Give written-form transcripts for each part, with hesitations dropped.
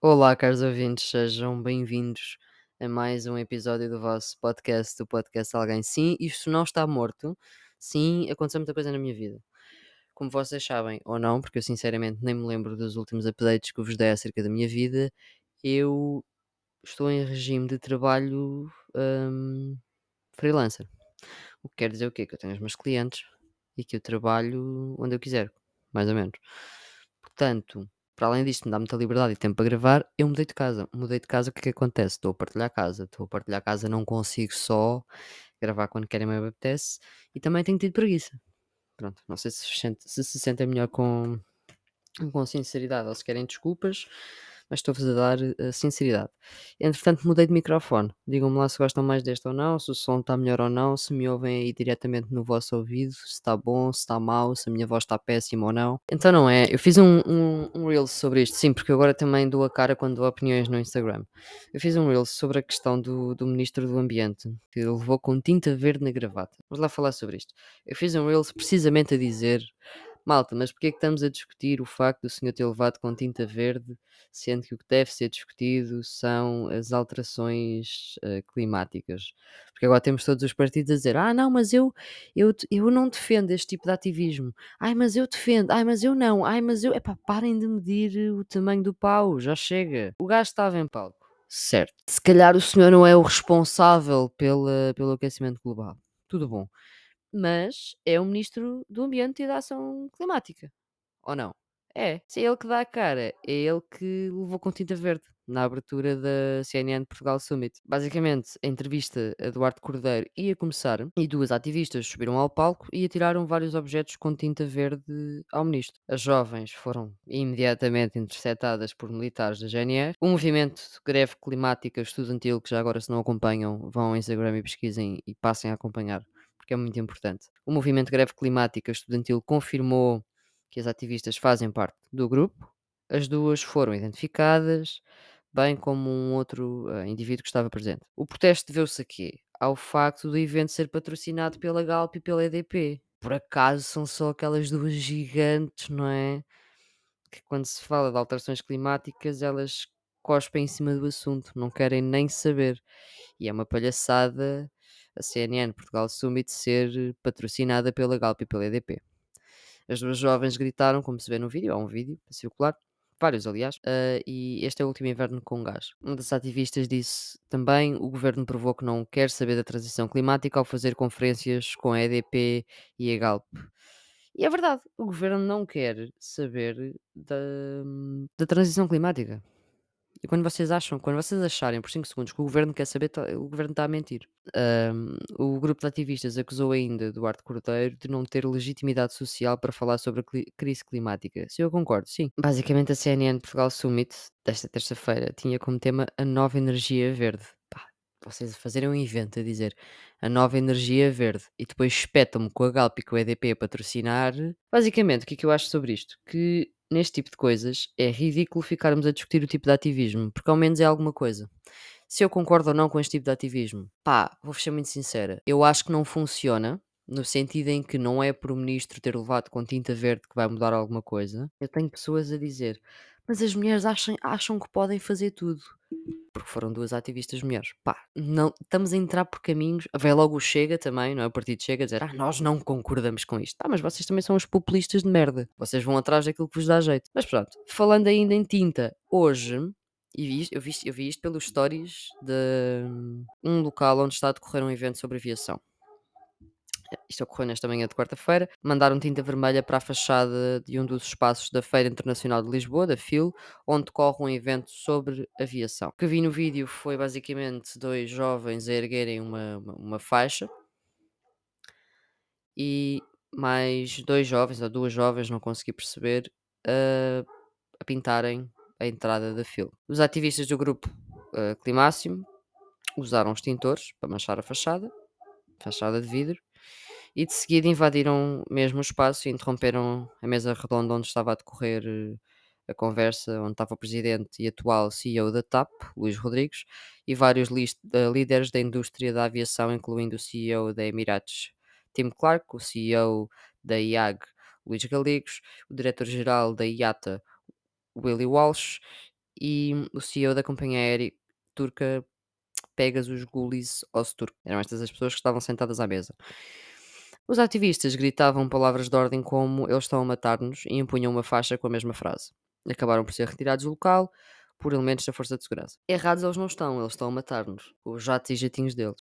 Olá, caros ouvintes, sejam bem-vindos a mais um episódio do vosso podcast, do podcast Alguém. Sim, isto não está morto. Sim, aconteceu muita coisa na minha vida. Como vocês sabem ou não, porque eu sinceramente nem me lembro dos últimos updates que eu vos dei acerca da minha vida, eu estou em regime de trabalho freelancer. O que quer dizer o quê? Que eu tenho os meus clientes e que eu trabalho onde eu quiser, mais ou menos. Portanto, para além disto, me dá muita liberdade e tempo para gravar, eu mudei de casa. Mudei de casa, o que é que acontece? Estou a partilhar casa. Estou a partilhar casa, não consigo só gravar quando querem, me apetece. E também tenho tido preguiça. Pronto, não sei se sentem melhor com sinceridade ou se querem desculpas, mas estou-vos a dar sinceridade. Entretanto, mudei de microfone. Digam-me lá se gostam mais deste ou não, se o som está melhor ou não, se me ouvem aí diretamente no vosso ouvido, se está bom, se está mau, se a minha voz está péssima ou não. Então não é, eu fiz um Reels sobre isto, sim, porque agora também dou a cara quando dou opiniões no Instagram. Eu fiz um Reels sobre a questão do Ministro do Ambiente, que levou com tinta verde na gravata. Vamos lá falar sobre isto. Eu fiz um Reels precisamente a dizer: malta, mas porque é que estamos a discutir o facto do senhor ter levado com tinta verde, sendo que o que deve ser discutido são as alterações climáticas? Porque agora temos todos os partidos a dizer: ah, não, mas eu não defendo este tipo de ativismo. Ai, mas eu defendo. Ai, mas eu não. Ai, mas eu. Epá, parem de medir o tamanho do pau, já chega. O gajo estava em palco. Certo. Se calhar o senhor não é o responsável pelo aquecimento global. Tudo bom, mas é o Ministro do Ambiente e da Ação Climática, ou não? É, se é ele que dá a cara, é ele que levou com tinta verde na abertura da CNN Portugal Summit. Basicamente, a entrevista a Eduardo Cordeiro ia começar e duas ativistas subiram ao palco e atiraram vários objetos com tinta verde ao ministro. As jovens foram imediatamente interceptadas por militares da GNR. O movimento de greve climática estudantil, que já agora se não acompanham, vão ao Instagram e pesquisem e passem a acompanhar, porque é muito importante. O movimento de greve climática estudantil confirmou que as ativistas fazem parte do grupo. As duas foram identificadas, bem como um outro indivíduo que estava presente. O protesto deveu-se a quê? Ao facto do evento ser patrocinado pela Galp e pela EDP. Por acaso são só aquelas duas gigantes, não é? Que quando se fala de alterações climáticas, elas cospem em cima do assunto, não querem nem saber. E é uma palhaçada a CNN Portugal Summit ser patrocinada pela Galp e pela EDP. As duas jovens gritaram, como se vê no vídeo, há um vídeo a circular, vários aliás, e este é o último inverno com gás. Uma das ativistas disse também: o governo provou que não quer saber da transição climática ao fazer conferências com a EDP e a Galp. E é verdade, o governo não quer saber da transição climática. E quando vocês acharem por 5 segundos que o governo quer saber, o governo está a mentir. O grupo de ativistas acusou ainda Eduardo Cordeiro de não ter legitimidade social para falar sobre a crise climática. Se eu concordo, sim. Basicamente, a CNN Portugal Summit desta terça-feira tinha como tema a nova energia verde. Pá, vocês a fazerem um evento a dizer a nova energia verde e depois espetam-me com a Galp e com a EDP a patrocinar. Basicamente, o que é que eu acho sobre isto? Que neste tipo de coisas é ridículo ficarmos a discutir o tipo de ativismo, porque ao menos é alguma coisa. Se eu concordo ou não com este tipo de ativismo, pá, vou ser muito sincera, eu acho que não funciona, no sentido em que não é por o ministro ter levado com tinta verde que vai mudar alguma coisa. Eu tenho pessoas a dizer, mas as mulheres acham que podem fazer tudo. Porque foram duas ativistas mulheres. Pá, não, estamos a entrar por caminhos. Vai logo o Chega também, não é? O partido Chega a dizer, nós não concordamos com isto. Mas vocês também são os populistas de merda. Vocês vão atrás daquilo que vos dá jeito. Mas pronto, falando ainda em tinta, hoje, eu vi isto pelos stories de um local onde está a decorrer um evento sobre aviação. Isto ocorreu nesta manhã de quarta-feira. Mandaram tinta vermelha para a fachada de um dos espaços da Feira Internacional de Lisboa, da FIL, onde decorre um evento sobre aviação. O que vi no vídeo foi basicamente dois jovens a erguerem uma faixa e mais dois jovens, ou duas jovens, não consegui perceber, a pintarem a entrada da FIL. Os ativistas do grupo Climáximo usaram extintores para manchar a fachada de vidro, e de seguida invadiram mesmo o espaço e interromperam a mesa redonda onde estava a decorrer a conversa, onde estava o presidente e atual CEO da TAP, Luís Rodrigues, e vários líderes da indústria da aviação, incluindo o CEO da Emirates, Tim Clark, o CEO da IAG, Luís Galegos, o diretor-geral da IATA, Willie Walsh, e o CEO da companhia aérea turca Pegasus Gulis Öztürk. Eram estas as pessoas que estavam sentadas à mesa. Os ativistas gritavam palavras de ordem como "eles estão a matar-nos" e impunham uma faixa com a mesma frase. Acabaram por ser retirados do local por elementos da força de segurança. Errados eles estão a matar-nos. Os jatos e jatinhos deles.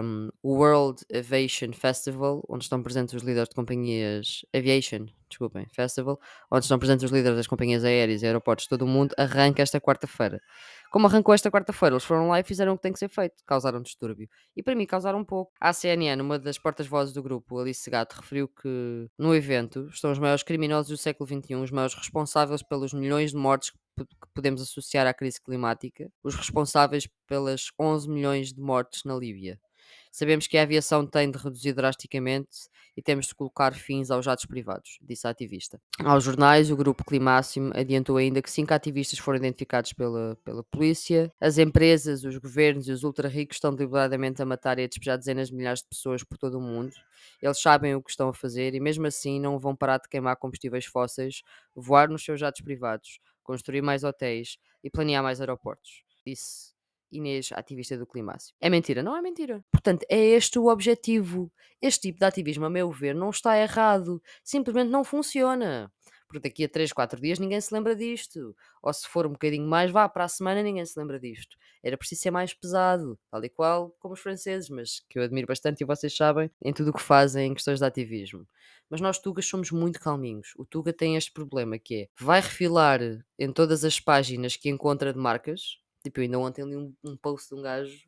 O World Aviation Festival, onde estão presentes os líderes de companhias. Aviation, desculpem, Festival, onde estão presentes os líderes das companhias aéreas e aeroportos de todo o mundo, arranca esta quarta-feira. Como arrancou esta quarta-feira, eles foram lá e fizeram o que tem que ser feito, causaram distúrbio. E para mim causaram um pouco. A CNN, uma das portas-vozes do grupo, Alice Gato, referiu que no evento estão os maiores criminosos do século XXI, os maiores responsáveis pelos milhões de mortes que podemos associar à crise climática, os responsáveis pelas 11 milhões de mortes na Líbia. Sabemos que a aviação tem de reduzir drasticamente e temos de colocar fins aos jatos privados, disse a ativista. Aos jornais, o grupo Climáximo adiantou ainda que 5 ativistas foram identificados pela polícia. As empresas, os governos e os ultra-ricos estão deliberadamente a matar e a despejar dezenas de milhares de pessoas por todo o mundo. Eles sabem o que estão a fazer e mesmo assim não vão parar de queimar combustíveis fósseis, voar nos seus jatos privados, construir mais hotéis e planear mais aeroportos, disse Inês, ativista do Climáximo. É mentira? Não é mentira. Portanto, é este o objetivo. Este tipo de ativismo, a meu ver, não está errado. Simplesmente não funciona. Porque daqui a 3, 4 dias ninguém se lembra disto. Ou se for um bocadinho mais, vá, para a semana ninguém se lembra disto. Era preciso ser mais pesado, tal e qual como os franceses, mas que eu admiro bastante e vocês sabem em tudo o que fazem em questões de ativismo. Mas nós tugas somos muito calminhos. O Tuga tem este problema que é, vai refilar em todas as páginas que encontra de marcas. Tipo, eu ainda ontem li um post de um gajo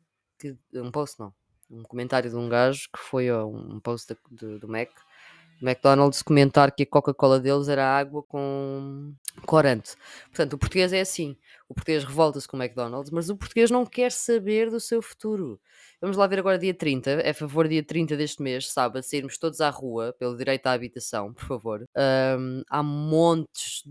um post não, um comentário de um gajo que foi um post do Mac McDonald's comentar que a Coca-Cola deles era água com corante. Portanto, o português é assim. O português revolta-se com o McDonald's, mas o português não quer saber do seu futuro. Vamos lá ver agora dia 30. É a favor dia 30 deste mês, sábado, sairmos todos à rua pelo direito à habitação, por favor. Há montes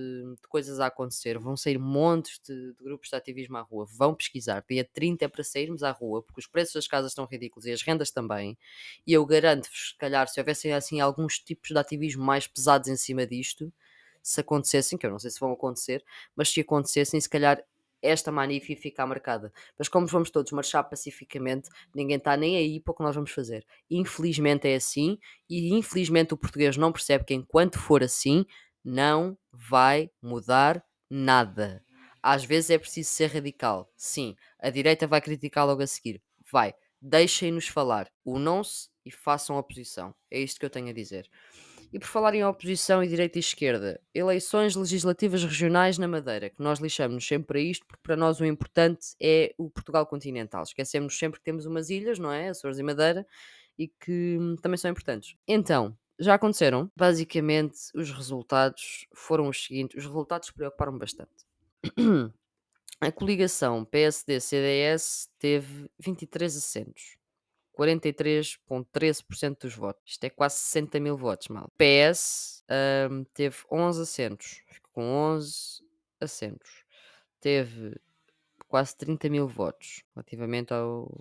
de coisas a acontecer. Vão sair montes de grupos de ativismo à rua. Vão pesquisar. Dia 30 é para sairmos à rua, porque os preços das casas estão ridículos e as rendas também. E eu garanto-vos, se calhar, se houvessem assim alguns tipos de ativismo mais pesados em cima disto, se acontecessem, que eu não sei se vão acontecer, mas se acontecessem, se calhar esta manif ia ficar marcada. Mas como vamos todos marchar pacificamente, ninguém está nem aí para o que nós vamos fazer. Infelizmente é assim, e infelizmente o português não percebe que enquanto for assim, não vai mudar nada. Às vezes é preciso ser radical. Sim, a direita vai criticar logo a seguir. Vai. Deixem-nos falar. Unam-se e façam oposição. É isto que eu tenho a dizer. E por falar em oposição e direita e esquerda, eleições legislativas regionais na Madeira, que nós lixamos sempre para isto, porque para nós o importante é o Portugal continental. Esquecemos sempre que temos umas ilhas, não é? Açores e Madeira, e que também são importantes. Então, já aconteceram. Basicamente, os resultados foram os seguintes. Os resultados preocuparam-me bastante. A coligação PSD-CDS teve 23 assentos. 43,13% dos votos. Isto é quase 60 mil votos, mal. PS teve 11 assentos. Ficou com 11 assentos. Teve quase 30 mil votos relativamente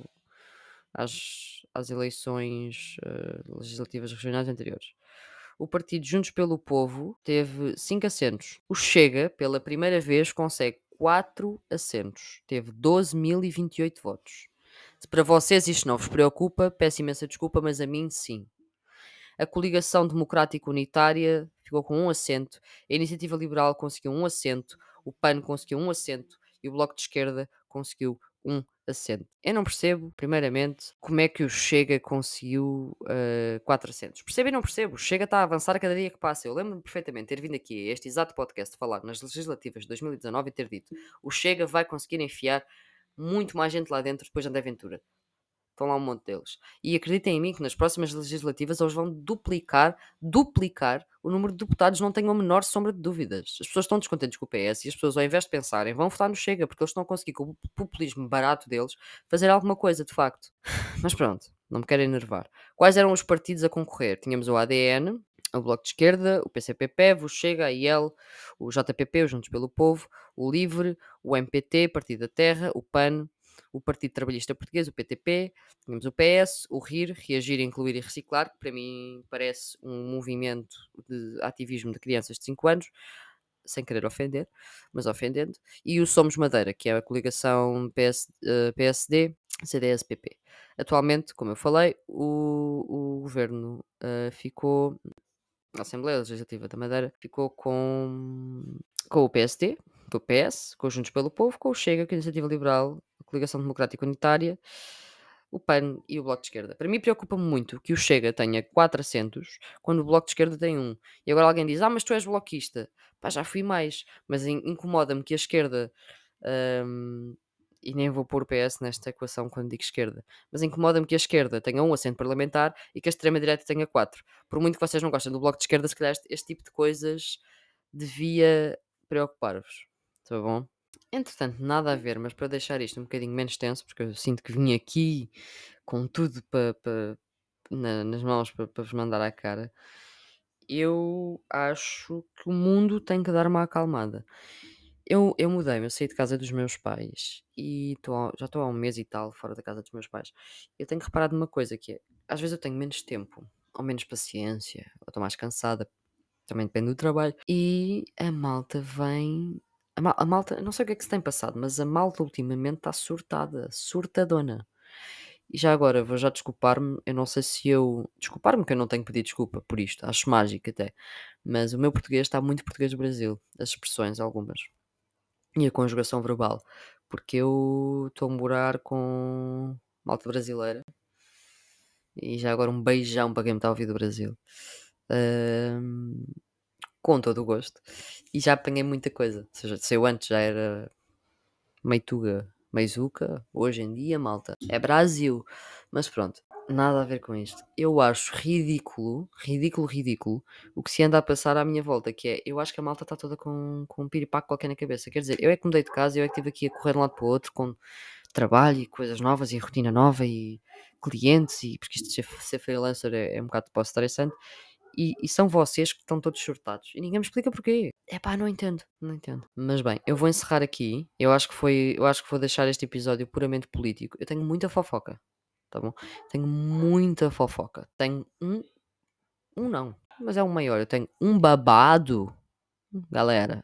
às eleições legislativas regionais anteriores. O partido Juntos pelo Povo teve 5 assentos. O Chega, pela primeira vez, consegue 4 assentos. Teve 12.028 votos. Se para vocês isto não vos preocupa, peço imensa desculpa, mas a mim sim. A Coligação Democrática Unitária ficou com um assento, a Iniciativa Liberal conseguiu um assento, o PAN conseguiu um assento e o Bloco de Esquerda conseguiu um assento. Eu não percebo, primeiramente, como é que o Chega conseguiu 4 assentos. Percebo e não percebo. O Chega está a avançar a cada dia que passa. Eu lembro-me perfeitamente de ter vindo aqui a este exato podcast falar nas legislativas de 2019 e ter dito o Chega vai conseguir enfiar muito mais gente lá dentro depois de André Ventura. Estão lá um monte deles. E acreditem em mim que nas próximas legislativas eles vão duplicar o número de deputados, não tenham a menor sombra de dúvidas. As pessoas estão descontentes com o PS e as pessoas, ao invés de pensarem, vão votar no Chega, porque eles estão a conseguir, com o populismo barato deles, fazer alguma coisa, de facto. Mas pronto, não me quero enervar. Quais eram os partidos a concorrer? Tínhamos o ADN, o Bloco de Esquerda, o PCP-PEV, o Chega, a IEL, o JPP, o Juntos pelo Povo, o LIVRE, o MPT, Partido da Terra, o PAN, o Partido Trabalhista Português, o PTP, tínhamos o PS, o RIR, Reagir, Incluir e Reciclar, que para mim parece um movimento de ativismo de crianças de 5 anos, sem querer ofender, mas ofendendo, e o Somos Madeira, que é a coligação PSD, CDS-PP. Atualmente, como eu falei, o governo ficou, a Assembleia Legislativa da Madeira ficou com o PSD, com o PS, com o Juntos pelo Povo, com o Chega, com a Iniciativa Liberal, a Coligação Democrática Unitária, o PAN e o Bloco de Esquerda. Para mim preocupa-me muito que o Chega tenha 4 assentos, quando o Bloco de Esquerda tem um. E agora alguém diz: mas tu és bloquista. Pá, já fui mais. Mas incomoda-me que a esquerda, hum, e nem vou pôr o PS nesta equação quando digo esquerda, mas incomoda-me que a esquerda tenha um assento parlamentar e que a extrema-direita tenha 4. Por muito que vocês não gostem do Bloco de Esquerda, se calhar este tipo de coisas devia preocupar-vos. Tá bom? Entretanto, nada a ver, mas para deixar isto um bocadinho menos tenso, porque eu sinto que vim aqui com tudo nas mãos para vos mandar à cara, eu acho que o mundo tem que dar uma acalmada. Eu mudei-me, eu saí de casa dos meus pais e já estou há um mês e tal fora da casa dos meus pais. Eu tenho reparado numa coisa que é, às vezes eu tenho menos tempo, ou menos paciência, ou estou mais cansada, também depende do trabalho. E a malta vem. A malta, não sei o que é que se tem passado, mas a malta ultimamente está surtada, surtadona. E já agora, vou já desculpar-me, eu não sei se eu. Desculpar-me que eu não tenho pedido desculpa por isto, acho mágico até. Mas o meu português está muito português do Brasil, as expressões, algumas. E a conjugação verbal. Porque eu estou a morar com malta brasileira. E já agora um beijão para quem me está a ouvir do Brasil. Ahm, com todo o gosto. E já apanhei muita coisa. Ou seja, se eu antes já era meio tuga, meio zuca, hoje em dia, malta, é Brasil. Mas pronto, nada a ver com isto. Eu acho ridículo, ridículo, ridículo o que se anda a passar à minha volta, que é, eu acho que a malta está toda com um piripaco qualquer na cabeça. Quer dizer, eu é que mudei de casa, eu é que estive aqui a correr de um lado para o outro com trabalho e coisas novas e rotina nova e clientes e porque isto de ser freelancer é um bocado estressante. E são vocês que estão todos surtados. E ninguém me explica porquê. Epá, não entendo, não entendo. Mas bem, eu vou encerrar aqui. Eu acho que vou deixar este episódio puramente político. Eu tenho muita fofoca, tá bom? Tenho muita fofoca. Tenho um não, mas é o maior. Eu tenho um babado, galera,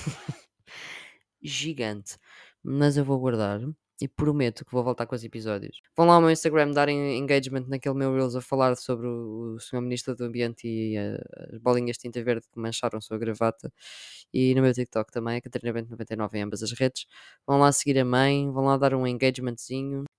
gigante. Mas eu vou guardar e prometo que vou voltar com os episódios. Vão lá ao meu Instagram darem engagement naquele meu Reels a falar sobre o Sr. Ministro do Ambiente e as bolinhas de tinta verde que mancharam sua gravata. E no meu TikTok também, a Catarina Bento 99 em ambas as redes. Vão lá seguir a mãe, vão lá dar um engagementzinho.